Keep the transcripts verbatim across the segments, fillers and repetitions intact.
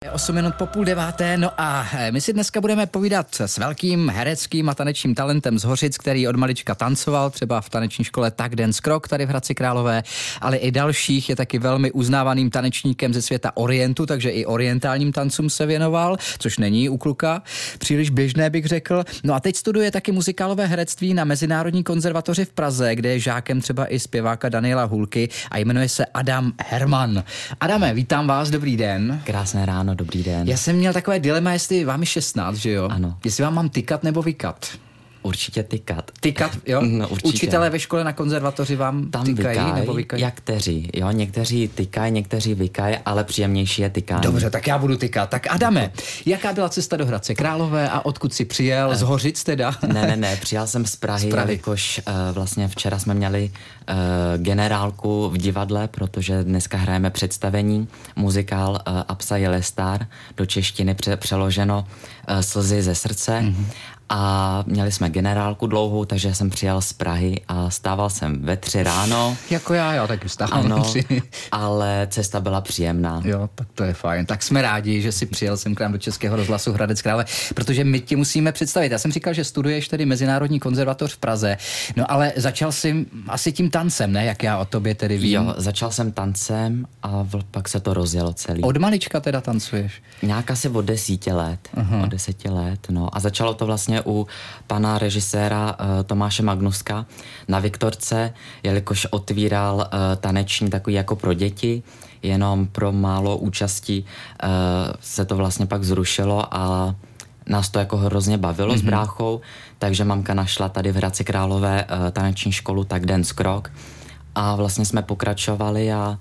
osm minut po půl deváté, no a my si dneska budeme povídat s velkým hereckým a tanečním talentem z Hořic, který od malička tancoval, třeba v taneční škole Tak Dance Krok tady v Hradci Králové, ale i dalších, je taky velmi uznávaným tanečníkem ze světa orientu, takže i orientálním tancům se věnoval, což není u kluka příliš běžné, bych řekl. No a teď studuje taky muzikálové herectví na Mezinárodní konzervatoři v Praze, kde je žákem třeba i zpěváka Daniela Hulky a jmenuje se Adam Herman. Adame, vítám vás, dobrý den. Krásné ráno. Dobrý den. Já jsem měl takové dilema, jestli vám je šestnáct, že jo? Ano. Jestli vám mám tykat nebo vykat. Určitě tykat. Tykat, jo? No, určitě. Učitelé ve škole na konzervatoři vám tam tykají vykaj, nebo vykají? Jak kteří, jo? Někteří tykají, někteří vykají, ale příjemnější je tykání. Dobře, tak já budu tykat. Tak Adame, jaká byla cesta do Hradce Králové a odkud jsi přijel? Z Hořic teda? Ne, ne, ne, přijel jsem z Prahy, z Prahy. Jelikož uh, vlastně včera jsme měli uh, generálku v divadle, protože dneska hrajeme představení, muzikál uh, Apsa Jelestar, do češtiny pře- přeloženo uh, Slzy ze srdce. Mm-hmm. A měli jsme generálku dlouhou, takže jsem přijel z Prahy a stával jsem ve tři ráno. Jako já, jo, taky vstávám ano, tři. Ale cesta byla příjemná. Jo, tak to je fajn. Tak jsme rádi, že jsi přijel sem k nám do Českého rozhlasu Hradec Králové, protože my ti musíme představit. Já jsem říkal, že studuješ tedy Mezinárodní konzervatoř v Praze, no ale začal jsi asi tím tancem, ne? Jak já o tobě tedy vím. Jo, začal jsem tancem a pak se to rozjelo celý. Od malička teda tancuješ? Nějak asi od desíti let. Aha. Od deseti let, no. A začalo to vlastně u pana režiséra uh, Tomáše Magnuska na Viktorce, jelikož otvíral uh, taneční takový jako pro děti, jenom pro málo účastí uh, se to vlastně pak zrušilo a nás to jako hrozně bavilo mm-hmm. s bráchou, takže mamka našla tady v Hradci Králové uh, taneční školu Tak Dance Krok a vlastně jsme pokračovali a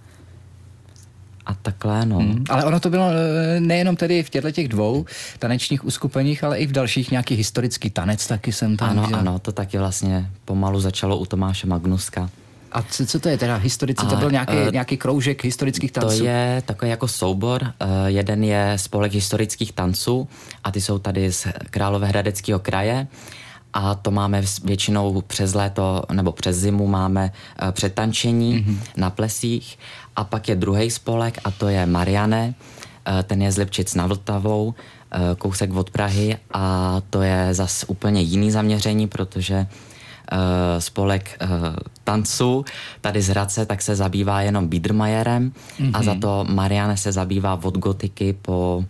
A takhle, no. Hmm, ale ono to bylo nejenom tedy v těchto těch dvou tanečních uskupeních, ale i v dalších nějaký historický tanec taky jsem tam Ano, viděl. ano, to taky vlastně pomalu začalo u Tomáše Magnuska. A co, co to je teda historicky? A, to byl nějaký, uh, nějaký kroužek historických tanců? To je takový jako soubor. Uh, jeden je spolek historických tanců a ty jsou tady z Královéhradeckého kraje. A to máme většinou přes léto nebo přes zimu máme uh, předtančení mm-hmm. na plesích. A pak je druhý spolek a to je Marianne, uh, ten je z Lipčic nad Vltavou, uh, kousek od Prahy a to je zas úplně jiný zaměření, protože uh, spolek uh, tanců tady z Hradce tak se zabývá jenom Biedermeierem mm-hmm. a za to Marianne se zabývá od gotiky po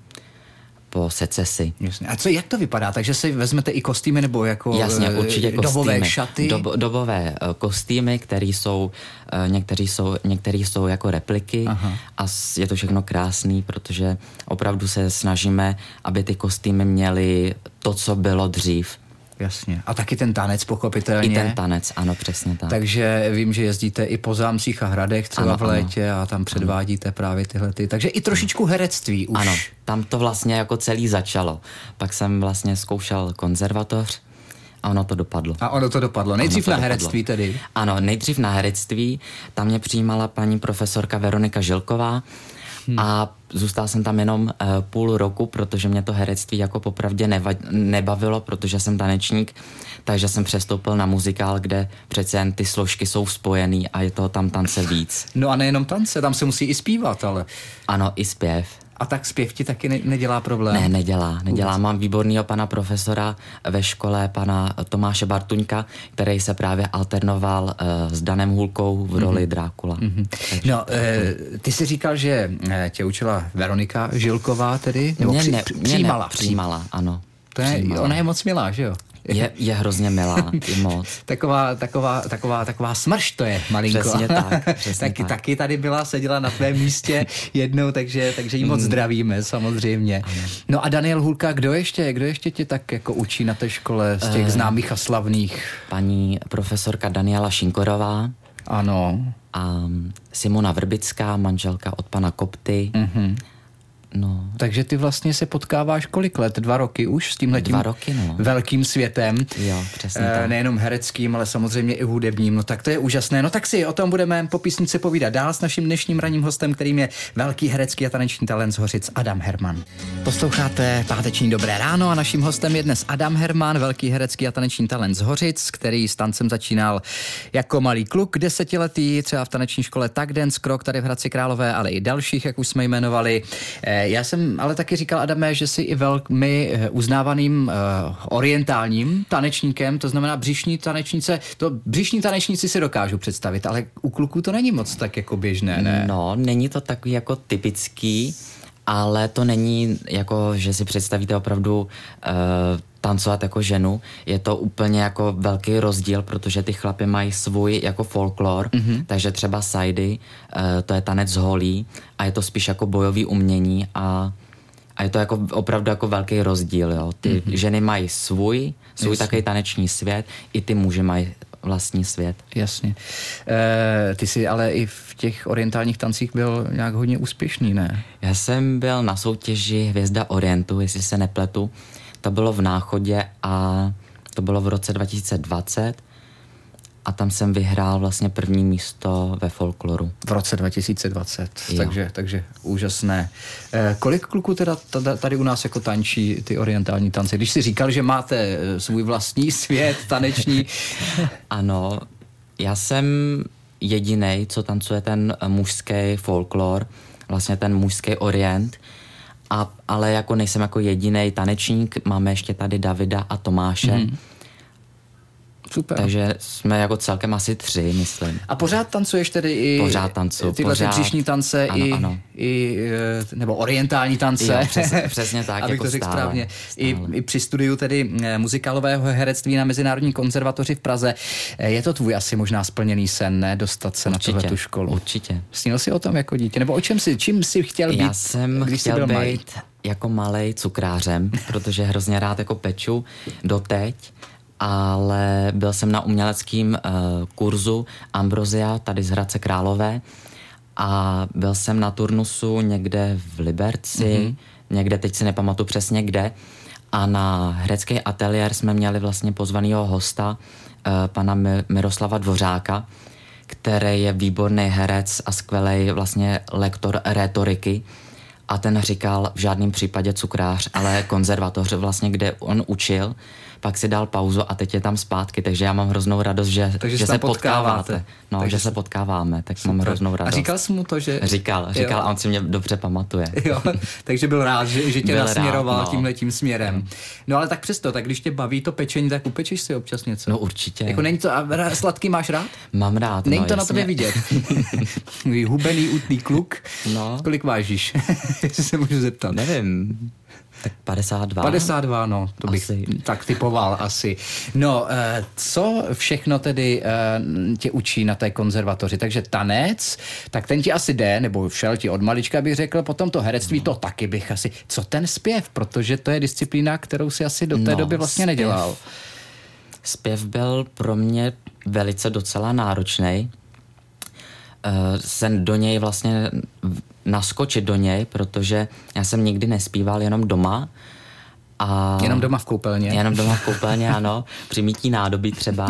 po secesi. Jasně. A co, jak to vypadá? Takže si vezmete i kostýmy nebo jako Jasně, určitě kostýmy. Dobové šaty? Dob, dobové uh, kostýmy, které jsou, uh, některý jsou, některý jsou jako repliky. Aha. A je to všechno krásný, protože opravdu se snažíme, aby ty kostýmy měly to, co bylo dřív. Jasně. A taky ten tanec, pochopitelně. I ten tanec, ano, přesně tak. Takže vím, že jezdíte i po zámcích a hradech třeba ano, v létě ano. a tam předvádíte ano. právě tyhle ty. Takže i trošičku herectví už. Ano, tam to vlastně jako celý začalo. Pak jsem vlastně zkoušel konzervatoř a ono to dopadlo. A ono to dopadlo. Nejdřív to na dopadlo. herectví tedy? Ano, nejdřív na herectví. Tam mě přijímala paní profesorka Veronika Žilková. Hmm. A zůstal jsem tam jenom uh, půl roku, protože mě to herectví jako popravdě neva- nebavilo, protože jsem tanečník, takže jsem přestoupil na muzikál, kde přece jen ty složky jsou spojený a je toho tam tance víc. No a nejenom tance, tam se musí i zpívat, ale... Ano, i zpěv. A tak zpěv ti taky ne- nedělá problém? Ne, nedělá, nedělá. Mám výborného pana profesora ve škole, pana Tomáše Bartuňka, který se právě alternoval uh, s Danem Hulkou v roli mm-hmm. Drákula. Mm-hmm. No, e, ty jsi říkal, že tě učila Veronika Žilková tedy? Nebo mě při, ne, přijímala? Mě ne, přijímala, ano. To je, ona je moc milá, že jo? Je, je hrozně milá, je moc. Taková, taková, taková, taková smršť to je, malinko. Přesně tak. Přesně taky, tak. taky tady byla, seděla na tvém místě jednou, takže, takže jí moc zdravíme, samozřejmě. No a Daniel Hulka, kdo ještě, kdo ještě tě tak jako učí na té škole z těch uh, známých a slavných? Paní profesorka Daniela Šinkorová. Ano. A Simona Vrbická, manželka od pana Kopty. Mhm. No. Takže ty vlastně se potkáváš kolik let? Dva roky už s tímhletím Dva roky, no. velkým světem. Jo, přesně e, tak. Nejenom hereckým, ale samozřejmě i hudebním. No tak to je úžasné. No tak si o tom budeme po písničce povídat dál s naším dnešním ranním hostem, kterým je velký herecký a taneční talent z Hořic Adam Herman. Posloucháte páteční Dobré ráno a naším hostem je dnes Adam Herman, velký herecký a taneční talent z Hořic, který s tancem začínal jako malý kluk, desetiletý, třeba v taneční škole Tak Dance Krok tady v Hradci Králové, ale i dalších, jak už jsme jmenovali. E, já jsem jsem ale taky říkal, Adame, že jsi i velmi uznávaným uh, orientálním tanečníkem, to znamená břišní tanečnice. To břišní tanečníci si dokážu představit, ale u kluků to není moc tak jako běžné, ne? No, není to takový jako typický, ale to není jako, že si představíte opravdu uh, tancovat jako ženu. Je to úplně jako velký rozdíl, protože ty chlapy mají svůj jako folklor, mm-hmm. takže třeba sajdy, uh, to je tanec holí a je to spíš jako bojový umění a, a je to jako opravdu jako velký rozdíl, jo. Ty mm-hmm. ženy mají svůj, svůj takový taneční svět, i ty muži mají vlastní svět. Jasně. E, ty jsi ale i v těch orientálních tancích byl nějak hodně úspěšný, ne? Já jsem byl na soutěži Hvězda Orientu, jestli se nepletu. To bylo v Náchodě a to bylo v roce dva tisíce dvacet a tam jsem vyhrál vlastně první místo ve folkloru. V roce dva tisíce dvacet, takže, takže úžasné. E, kolik kluků teda tady u nás jako tančí ty orientální tance? Když jsi říkal, že máte svůj vlastní svět taneční. Ano, já jsem jedinej, co tancuje ten mužský folklor, vlastně ten mužský orient, a, ale jako nejsem jako jedinej tanečník, máme ještě tady Davida a Tomáše. Mm. Super. Takže jsme jako celkem asi tři, myslím. A pořád tancuješ tedy i pořád tancu, tyhle pořád. břišní tance, ano, i, ano. i nebo orientální tance. Jo, přes, přesně tak, abych jako to řekl stále, správně. stále. I, I při studiu tedy muzikálového herectví na Mezinárodní konzervatoři v Praze. Je to tvůj asi možná splněný sen, ne? Dostat se určitě, na tuhle tu školu. Určitě. Snil jsi o tom jako dítě? Nebo o čem jsi, čím jsi chtěl být, Já jsem když chtěl jsi byl být malý? jako malej cukrářem, protože hrozně rád jako peču doteď. Ale byl jsem na uměleckém uh, kurzu Ambrozia tady z Hradce Králové a byl jsem na turnusu někde v Liberci, mm-hmm. někde, teď si nepamatuju přesně kde, a na herecký ateliér jsme měli vlastně pozvanýho hosta, uh, pana Mi- Miroslava Dvořáka, který je výborný herec a skvělej vlastně lektor rétoriky. A ten říkal v žádném případě cukrář, ale konzervatoř vlastně, kde on učil, pak si dal pauzu a teď je tam zpátky, takže já mám hroznou radost, že, že se potkáváte. No, takže že se potkáváme, tak super. Mám hroznou radost. A říkal jsi mu to, že... Říkal, říkal jo. A on si mě dobře pamatuje. Jo, takže byl rád, že, že tě byl nasměroval rád, no. tímhletím směrem. Mm. No ale tak přesto, tak když tě baví to pečení, tak upečeš si občas něco? No určitě. Jako není to, a sladký máš rád? Mám rád, Není no, to jasně. na tebe vidět. Hubený, útlý kluk. No. Kolik vážíš? Jestli se můžu zeptat. Nevím. Tak padesát dva. padesát dva, no, to bych asi tak typoval asi. No, co všechno tedy tě učí na té konzervatoři? Takže tanec, tak ten ti asi jde, nebo šel ti od malička, bych řekl, potom to herectví, no. to taky bych asi. Co ten zpěv? Protože to je disciplína, kterou si asi do té no, doby vlastně zpěv. nedělal. Zpěv byl pro mě velice docela náročný. Uh, jsem do něj vlastně naskočit do něj, protože já jsem nikdy nespíval jenom doma. A jenom doma v koupelně. Jenom doma v koupelně, ano. Při mýtí nádobí třeba.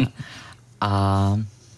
A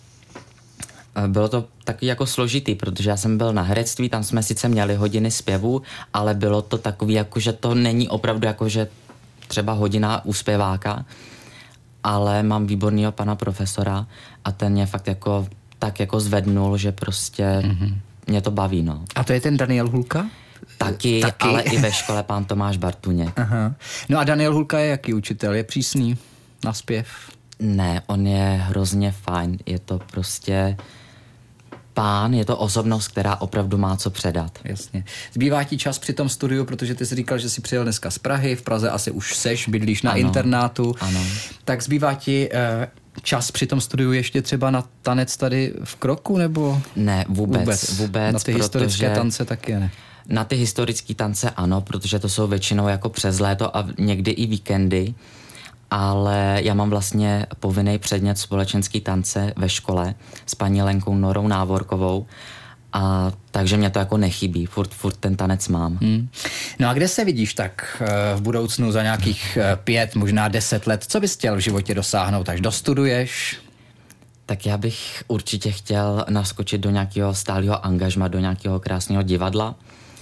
bylo to taky jako složitý, protože já jsem byl na herectví, tam jsme sice měli hodiny zpěvu, ale bylo to takový, jako že to není opravdu jako, že třeba hodina u zpěváka, ale mám výborného pana profesora a ten je fakt jako tak jako zvednul, že prostě mm-hmm. mě to baví, no. A to je ten Daniel Hulka? Taky, Taky. Ale i ve škole pán Tomáš Bartuně. Aha. No a Daniel Hulka je jaký učitel? Je přísný na zpěv? Ne, on je hrozně fajn. Je to prostě pán, je to osobnost, která opravdu má co předat. Jasně. Zbývá ti čas při tom studiu, protože ty jsi říkal, že jsi přijel dneska z Prahy, v Praze asi už seš, bydlíš na ano. internátu. Ano. Tak zbývá ti eh, čas při tom studiu ještě třeba na tanec tady v Kroku, nebo? Ne, vůbec. Vůbec, vůbec na ty historické tance taky ne? Na ty historické tance ano, protože to jsou většinou jako přes léto a někdy i víkendy, ale já mám vlastně povinný předmět společenský tance ve škole s paní Lenkou Norou Návorkovou, a takže mě to jako nechybí, furt, furt ten tanec mám. Hmm. No a kde se vidíš tak v budoucnu za nějakých pět, možná deset let? Co bys chtěl v životě dosáhnout, až dostuduješ? Tak já bych určitě chtěl naskočit do nějakého stálého angažma, do nějakého krásného divadla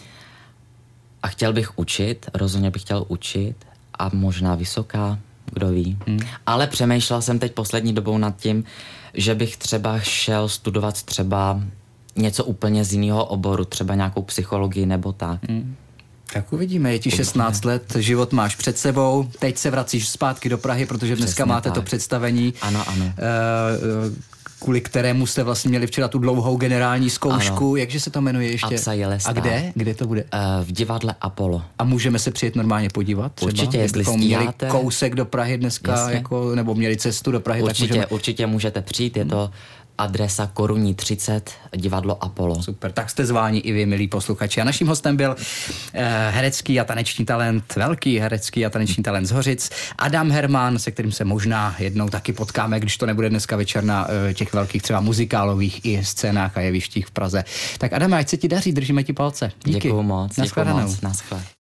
a chtěl bych učit, rozhodně bych chtěl učit a možná vysoká, kdo ví. Hmm. Ale přemýšlel jsem teď poslední dobou nad tím, že bych třeba šel studovat třeba něco úplně z jiného oboru, třeba nějakou psychologii nebo tak. Hmm. Tak uvidíme, je ti šestnáct let, život máš před sebou, teď se vracíš zpátky do Prahy, protože dneska Přesně máte tak. to představení. Ano, ano. Uh, kvůli kterému jste vlastně měli včera tu dlouhou generální zkoušku. Ano. Jakže se to jmenuje ještě? Absa Jelestá. A kde? Kde to bude? Uh, v divadle Apollo. A můžeme se přijet normálně podívat? Třeba? Určitě, jestli měli stíháte. kousek do Prahy dneska, jako, nebo měli cestu do Prahy, Určitě, tak můžeme... určitě můžete přijít, je to adresa Korunní třicet, divadlo Apollo. Super, tak jste zváni i vy, milí posluchači. A naším hostem byl eh, herecký a taneční talent, velký herecký a taneční talent z Hořic, Adam Herman, se kterým se možná jednou taky potkáme, když to nebude dneska večer na eh, těch velkých třeba muzikálových i scénách a jevištích v Praze. Tak Adame, ať se ti daří, držíme ti palce. Díky. Děkuju moc. Naschledanou. Děkuju moc. Naschle.